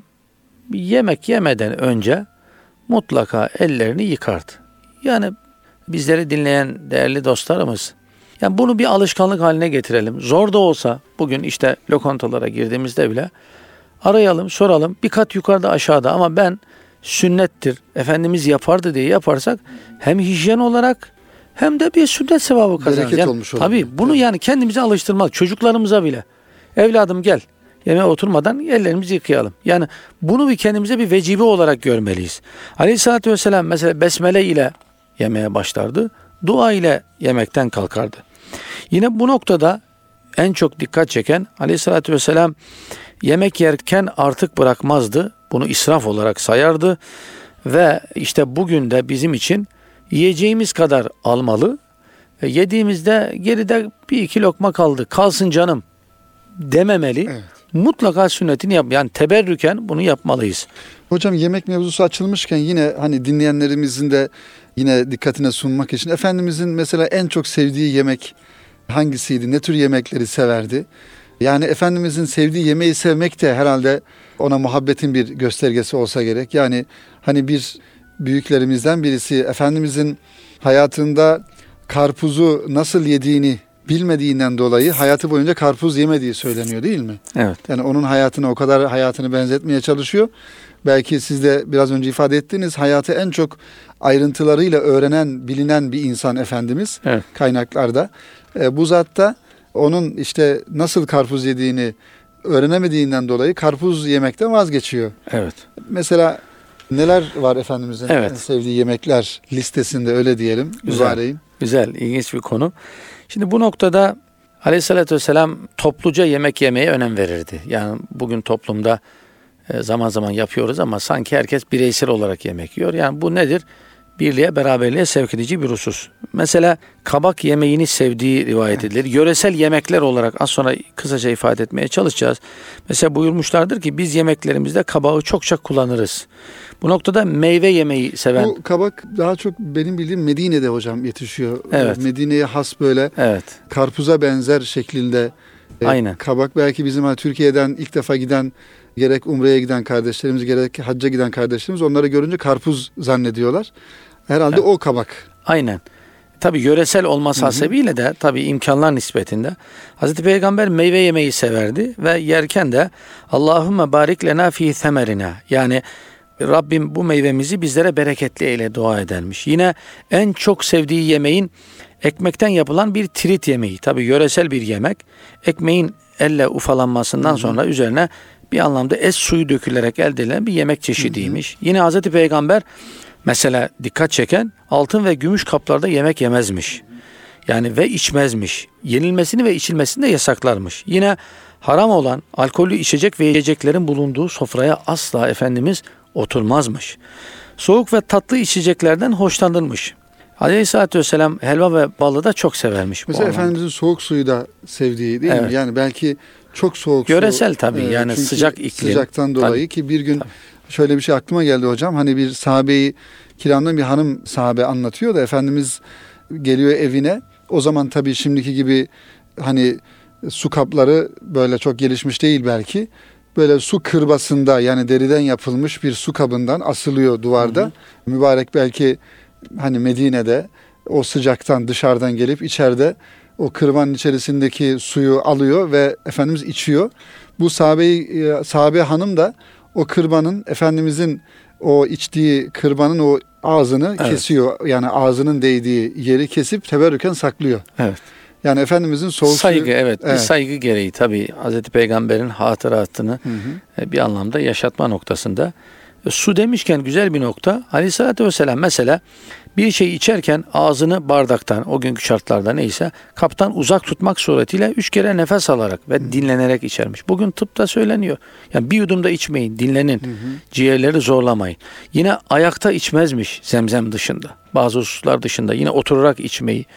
yemek yemeden önce mutlaka ellerini yıkardı. Yani bizleri dinleyen değerli dostlarımız, yani bunu bir alışkanlık haline getirelim. Zor da olsa bugün işte lokantalara girdiğimizde bile arayalım, soralım. Bir kat yukarıda aşağıda ama ben sünnettir, Efendimiz yapardı diye yaparsak hem hijyen olarak hem de bir sünnet sevabı kazanırız. Bereket Yani, olmuş olur. tabii bunu Tabii. yani kendimize alıştırmak, çocuklarımıza bile. Evladım gel, yemeğe oturmadan ellerimizi yıkayalım. Yani bunu bir kendimize bir vecibe olarak görmeliyiz. Aleyhissalatü vesselam mesela besmele ile yemeğe başlardı. Dua ile yemekten kalkardı. Yine bu noktada en çok dikkat çeken Aleyhissalatü vesselam yemek yerken artık bırakmazdı. Bunu israf olarak sayardı. Ve işte bugün de bizim için yiyeceğimiz kadar almalı. E, yediğimizde geride bir iki lokma kaldı. Kalsın canım dememeli. Evet. Mutlaka sünnetini yap. Yani teberrüken bunu yapmalıyız. Hocam yemek mevzusu açılmışken yine hani dinleyenlerimizin de yine dikkatine sunmak için Efendimizin mesela en çok sevdiği yemek hangisiydi? Ne tür yemekleri severdi? Yani Efendimizin sevdiği yemeği sevmek de herhalde ona muhabbetin bir göstergesi olsa gerek. Yani hani bir büyüklerimizden birisi Efendimizin hayatında karpuzu nasıl yediğini bilmediğinden dolayı hayatı boyunca karpuz yemediği söyleniyor değil mi? Evet. Yani onun hayatına o kadar hayatını benzetmeye çalışıyor. Belki siz de biraz önce ifade ettiğiniz hayatı en çok ayrıntılarıyla öğrenen, bilinen bir insan Efendimiz Evet. kaynaklarda. E, bu zat da onun işte nasıl karpuz yediğini öğrenemediğinden dolayı karpuz yemekten vazgeçiyor. Evet. Mesela neler var Efendimizin Evet. en sevdiği yemekler listesinde öyle diyelim. Güzel. Mübareğin. Güzel, ilginç bir konu. Şimdi bu noktada Aleyhisselatü Vesselam topluca yemek yemeye önem verirdi. Yani bugün toplumda e, zaman zaman yapıyoruz ama sanki herkes bireysel olarak yemek yiyor. Yani bu nedir? Birliğe, beraberliğe sevk edici bir husus. Mesela kabak yemeğini sevdiği rivayet edilir. Yöresel yemekler olarak az sonra kısaca ifade etmeye çalışacağız. Mesela buyurmuşlardır ki biz yemeklerimizde kabağı çokça kullanırız. Bu noktada meyve yemeği seven... Bu kabak daha çok benim bildiğim Medine'de hocam yetişiyor. Evet. Medine'ye has böyle Evet. karpuza benzer şeklinde e, Aynen. kabak. Belki bizim hani Türkiye'den ilk defa giden, gerek Umre'ye giden kardeşlerimiz, gerek hacca giden kardeşlerimiz onları görünce karpuz zannediyorlar. Herhalde Evet. o kabak. Aynen. Tabii yöresel olması hasebiyle de tabii imkanlar nispetinde Hazreti Peygamber meyve yemeyi severdi ve yerken de Allahümme barik lena fi semerina, yani Rabbim bu meyvemizi bizlere bereketli eyle dua edermiş. Yine en çok sevdiği yemeğin ekmekten yapılan bir trit yemeği. Tabii yöresel bir yemek. Ekmeğin elle ufalanmasından hı hı. sonra üzerine bir anlamda es suyu dökülerek elde edilen bir yemek çeşidiymiş. Hı hı. Yine Hazreti Peygamber mesela dikkat çeken altın ve gümüş kaplarda yemek yemezmiş. Yani ve içmezmiş. Yenilmesini ve içilmesini de yasaklarmış. Yine haram olan alkollü içecek ve yiyeceklerin bulunduğu sofraya asla Efendimiz oturmazmış. Soğuk ve tatlı içeceklerden hoşlanırmış. Aleyhisselatü Vesselam helva ve balı da çok severmiş. Mesela Efendimizin soğuk suyu da sevdiği değil evet. mi? Yani belki çok soğuk su. Yöresel tabii e, yani sıcak iklim. Sıcaktan dolayı tabii. ki bir gün tabii. şöyle bir şey aklıma geldi hocam. Hani bir sahabeyi, kiramdan bir hanım sahabe anlatıyor da Efendimiz geliyor evine. O zaman tabii şimdiki gibi hani su kapları böyle çok gelişmiş değil belki. Böyle su kırbasında, yani deriden yapılmış bir su kabından asılıyor duvarda. Hı hı. Mübarek belki hani Medine'de o sıcaktan dışarıdan gelip içeride o kırbanın içerisindeki suyu alıyor ve Efendimiz içiyor. Bu sahabe, sahabe hanım da o kırbanın, Efendimizin o içtiği kırbanın o ağzını evet. kesiyor. Yani ağzının değdiği yeri kesip teberrüken saklıyor. Evet. Yani Efendimizin soğuk saygı suyu, evet, evet bir saygı gereği tabii Hazreti Peygamber'in hatıratını hı hı. bir anlamda yaşatma noktasında. Su demişken güzel bir nokta. Aleyhissalatü vesselam mesela bir şey içerken ağzını bardaktan, o günkü şartlarda neyse kaptan uzak tutmak suretiyle üç kere nefes alarak ve hı. dinlenerek içermiş. Bugün tıpta söyleniyor. Yani bir yudumda içmeyin, dinlenin. Hı hı. Ciğerleri zorlamayın. Yine ayakta içmezmiş zemzem dışında. Bazı hususlar dışında. Yine oturarak içmeyi,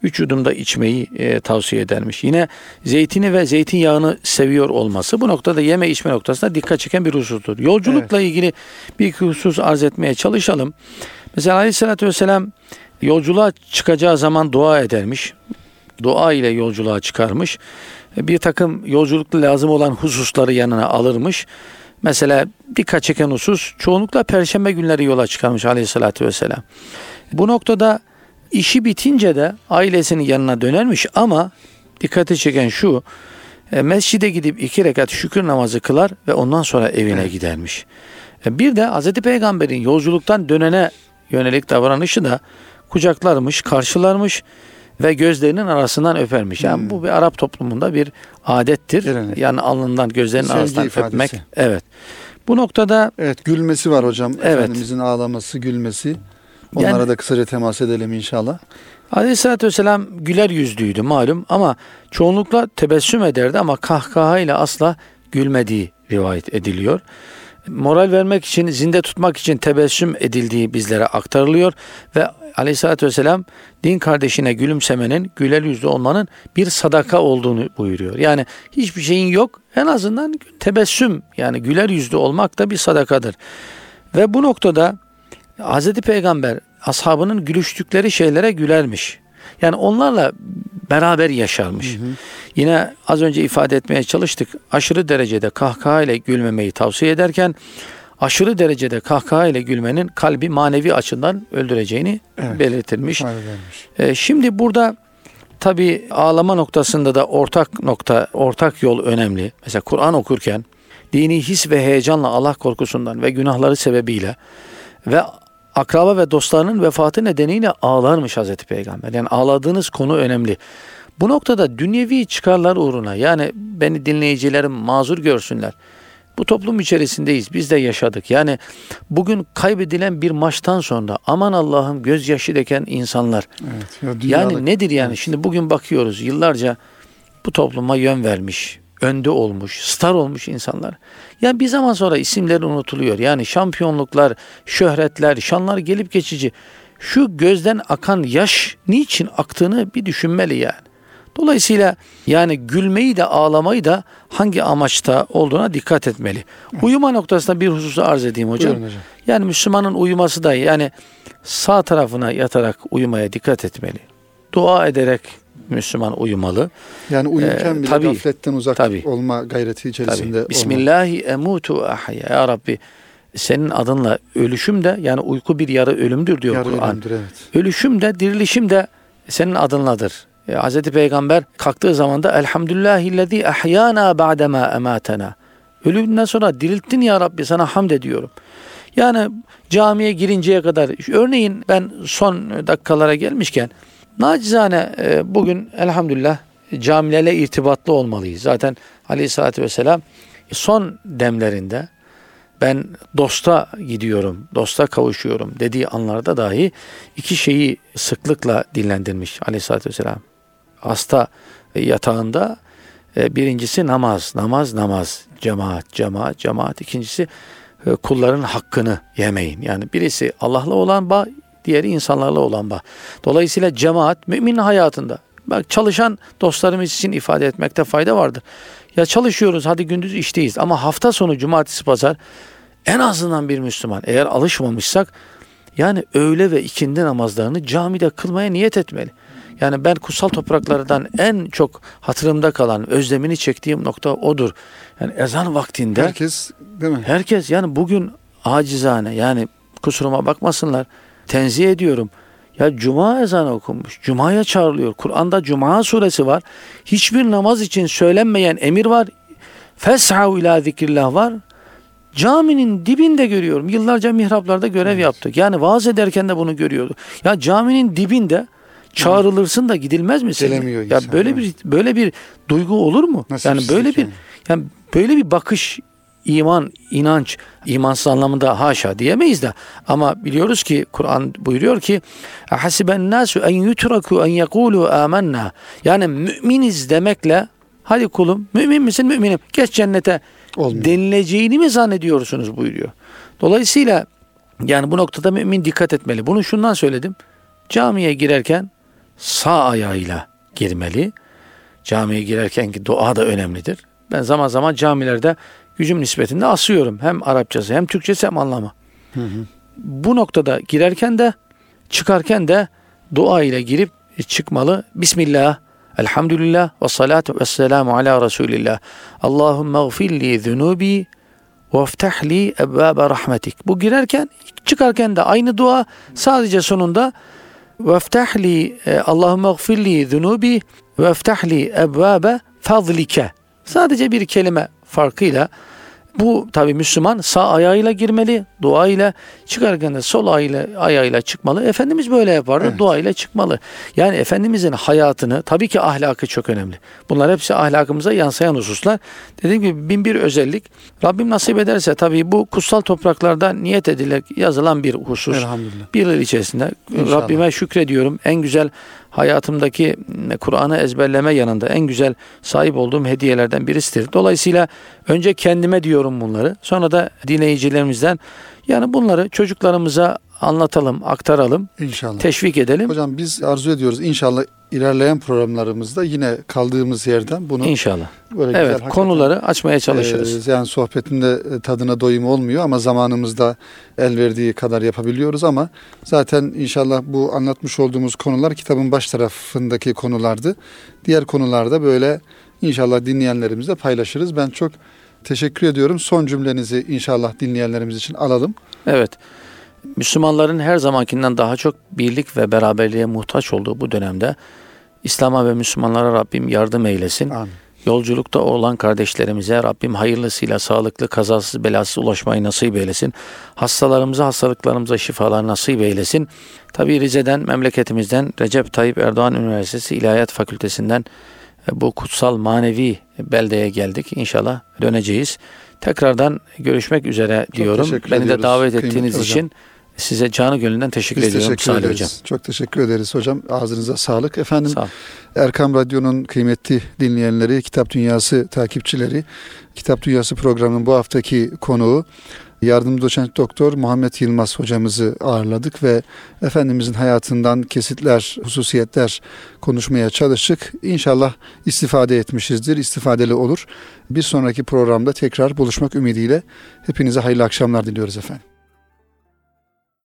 üç yudum da içmeyi e, tavsiye edermiş. Yine zeytini ve zeytinyağını seviyor olması bu noktada yeme içme noktasında dikkat çeken bir husustur. Yolculukla evet. ilgili bir husus arz etmeye çalışalım. Mesela Aleyhisselatü Vesselam yolculuğa çıkacağı zaman dua edermiş. Dua ile yolculuğa çıkarmış. Bir takım yolculukta lazım olan hususları yanına alırmış. Mesela dikkat çeken husus çoğunlukla perşembe günleri yola çıkarmış Aleyhisselatü Vesselam. Bu noktada işi bitince de ailesinin yanına dönermiş ama dikkati çeken şu, e, mescide gidip iki rekat şükür namazı kılar ve ondan sonra evine evet. gidermiş. E, bir de Hazreti Peygamber'in yolculuktan dönene yönelik davranışı da kucaklarmış, karşılarmış ve gözlerinin arasından öpermiş. Yani hmm. bu bir Arap toplumunda bir adettir. Gelenek. Yani alnından gözlerinin sevgi arasından ifadesi. Öpmek. Evet. Bu noktada evet gülmesi var hocam. Evet. Efendimizin ağlaması, gülmesi. Onlara yani, da kısaca temas edelim inşallah. Aleyhisselatü Vesselam güler yüzlüydü malum ama çoğunlukla tebessüm ederdi ama kahkahayla asla gülmediği rivayet ediliyor. Moral vermek için, zinde tutmak için tebessüm edildiği bizlere aktarılıyor ve Aleyhisselatü Vesselam din kardeşine gülümsemenin, güler yüzlü olmanın bir sadaka olduğunu buyuruyor. Yani hiçbir şeyin yok, en azından tebessüm yani güler yüzlü olmak da bir sadakadır. Ve bu noktada Hazreti Peygamber ashabının gülüştükleri şeylere gülermiş. Yani onlarla beraber yaşarmış. Hı hı. Yine az önce ifade etmeye çalıştık. Aşırı derecede kahkaha ile gülmemeyi tavsiye ederken aşırı derecede kahkaha ile gülmenin kalbi manevi açıdan öldüreceğini evet, belirtilmiş. Ee, şimdi burada tabii ağlama noktasında da ortak nokta, ortak yol önemli. Mesela Kur'an okurken dini his ve heyecanla Allah korkusundan ve günahları sebebiyle ve akraba ve dostlarının vefatı nedeniyle ağlarmış Hazreti Peygamber. Yani ağladığınız konu önemli. Bu noktada dünyevi çıkarlar uğruna yani beni dinleyicilerim mazur görsünler. Bu toplum içerisindeyiz. Biz de yaşadık. Yani bugün kaybedilen bir maçtan sonra aman Allah'ım gözyaşı döken insanlar. Evet, ya yani nedir yani? Evet. Şimdi bugün bakıyoruz yıllarca bu topluma yön vermiş, önde olmuş, star olmuş insanlar. Yani bir zaman sonra isimleri unutuluyor. Yani şampiyonluklar, şöhretler, şanlar gelip geçici. Şu gözden akan yaş niçin aktığını bir düşünmeli yani. Dolayısıyla yani gülmeyi de ağlamayı da hangi amaçta olduğuna dikkat etmeli. Evet. Uyuma noktasında bir hususu arz edeyim hocam. hocam. Yani Müslümanın uyuması da yani sağ tarafına yatarak uyumaya dikkat etmeli. Dua ederek Müslüman uyumalı. Yani uyurken ee, bile tabii, gafletten uzak tabii, olma gayreti içerisinde olmalı. Bismillahi emutu ahya. Ya Rabbi senin adınla ölüşüm de yani uyku bir yarı ölümdür diyor Kur'an. Evet. Ölüşüm de dirilişim de senin adınladır. E, Hazreti Peygamber kalktığı zaman da elhamdülillahillezî ahyana ba'dema ematena. Ölümden sonra dirilttin ya Rabbi sana hamd ediyorum. Yani camiye girinceye kadar örneğin ben son dakikalara gelmişken nacizane e, bugün elhamdülillah camilerle irtibatlı olmalıyız. Zaten Aleyhisselatü Vesselam son demlerinde ben dosta gidiyorum, dosta kavuşuyorum dediği anlarda dahi iki şeyi sıklıkla dillendirmiş Aleyhisselatü Vesselam. Hasta yatağında birincisi namaz, namaz, namaz, cemaat, cemaat, cemaat. İkincisi kulların hakkını yemeyin. Yani birisi Allah'la olan bağ, diğeri insanlarla olan bağ. Dolayısıyla cemaat müminin hayatında. Bak çalışan dostlarımız için ifade etmekte fayda vardır. Ya çalışıyoruz hadi gündüz işteyiz ama hafta sonu cumartesi pazar en azından bir Müslüman eğer alışmamışsak yani öğle ve ikindi namazlarını camide kılmaya niyet etmeli. Yani ben kutsal topraklardan en çok hatırımda kalan, özlemini çektiğim nokta odur. Yani ezan vaktinde herkes değil mi? Herkes yani bugün acizane yani kusuruma bakmasınlar. Tenzih ediyorum. Ya cuma ezanı okunmuş. Cuma'ya çağrılıyor. Kur'an'da Cuma suresi var. Hiçbir namaz için söylenmeyen emir var. Fes'av ila zikrillah var. Caminin dibinde görüyorum. Yıllarca mihraplarda görev evet. yaptık. Yani vaaz ederken de bunu görüyorduk. Ya caminin dibinde çağrılırsın da gidilmez misin? Gelemiyor ya insan, böyle bir böyle bir duygu olur mu? Nasıl yani böyle bir yani? yani böyle bir bakış iman, inanç, imansız anlamında haşa diyemeyiz de ama biliyoruz ki Kur'an buyuruyor ki hasiben nasu en yutraku en yekulu amennâ yani müminiz demekle hadi kulum mümin misin müminim geç cennete olmuyor denileceğini mi zannediyorsunuz buyuruyor. Dolayısıyla yani bu noktada mümin dikkat etmeli. Bunu şundan söyledim. Camiye girerken sağ ayağıyla girmeli. Camiye girerkenki dua da önemlidir. Ben zaman zaman camilerde gücüm nispetinde asıyorum. Hem Arapçası hem Türkçesi hem anlamı. Hı hı. Bu noktada girerken de çıkarken de dua ile girip çıkmalı. Bismillah, elhamdülillah ve salatu ve selamu ala Resulillah. Allahümme gfirli zunubi وَافْتَحْ لِي اَبْوَابَ rahmetik. Bu girerken, çıkarken de aynı dua, sadece sonunda وَافْتَحْ لِي Allahümme gfir li zunubi وَافْتَحْ لِي اَبْوَابَ فَضْلِكَ. Sadece bir kelime farkıyla bu tabi Müslüman sağ ayağıyla girmeli, dua ile, çıkarken de sol ayağıyla, ayağıyla çıkmalı. Efendimiz böyle yapardı, evet. Dua ile çıkmalı. Yani Efendimizin hayatını, tabii ki ahlakı çok önemli. Bunlar hepsi ahlakımıza yansıyan hususlar. Dediğim gibi bin bir özellik. Rabbim nasip ederse tabii bu kutsal topraklarda niyet edilerek yazılan bir husus. Elhamdülillah. Bir yıl içerisinde İnşallah. Rabbime şükrediyorum. En güzel hayatımdaki Kur'an'ı ezberleme yanında en güzel sahip olduğum hediyelerden birisidir. Dolayısıyla önce kendime diyorum bunları. Sonra da dinleyicilerimizden, yani bunları çocuklarımıza anlatalım, aktaralım. İnşallah. Teşvik edelim. Hocam biz arzu ediyoruz. İnşallah ilerleyen programlarımızda yine kaldığımız yerden bunu İnşallah. Böyle evet, güzel, konuları açmaya çalışırız. E, yani sohbetinde tadına doyum olmuyor ama zamanımızda el verdiği kadar yapabiliyoruz ama zaten inşallah bu anlatmış olduğumuz konular kitabın baş tarafındaki konulardı. Diğer konularda böyle inşallah dinleyenlerimizle paylaşırız. Ben çok teşekkür ediyorum. Son cümlenizi inşallah dinleyenlerimiz için alalım. Evet. Müslümanların her zamankinden daha çok birlik ve beraberliğe muhtaç olduğu bu dönemde İslam'a ve Müslümanlara Rabbim yardım eylesin. Amin. Yolculukta olan kardeşlerimize Rabbim hayırlısıyla sağlıklı, kazasız, belasız ulaşmayı nasip eylesin. Hastalarımıza, hastalıklarımıza şifalar nasip eylesin. Tabii Rize'den, memleketimizden, Recep Tayyip Erdoğan Üniversitesi İlahiyat Fakültesinden bu kutsal manevi beldeye geldik. İnşallah döneceğiz. Tekrardan görüşmek üzere diyorum. Beni de davet ettiğiniz için size canı gönülden teşekkür Biz ediyorum teşekkür Salih ederiz. Hocam. Çok teşekkür ederiz hocam. Ağzınıza sağlık. Efendim Sağ ol. Erkam Radyo'nun kıymetli dinleyenleri, Kitap Dünyası takipçileri, Kitap Dünyası programının bu haftaki konuğu Yardımcı Doçent Doktor Muhammed Yılmaz hocamızı ağırladık ve Efendimizin hayatından kesitler, hususiyetler konuşmaya çalıştık. İnşallah istifade etmişizdir, istifadeli olur. Bir sonraki programda tekrar buluşmak ümidiyle hepinize hayırlı akşamlar diliyoruz efendim.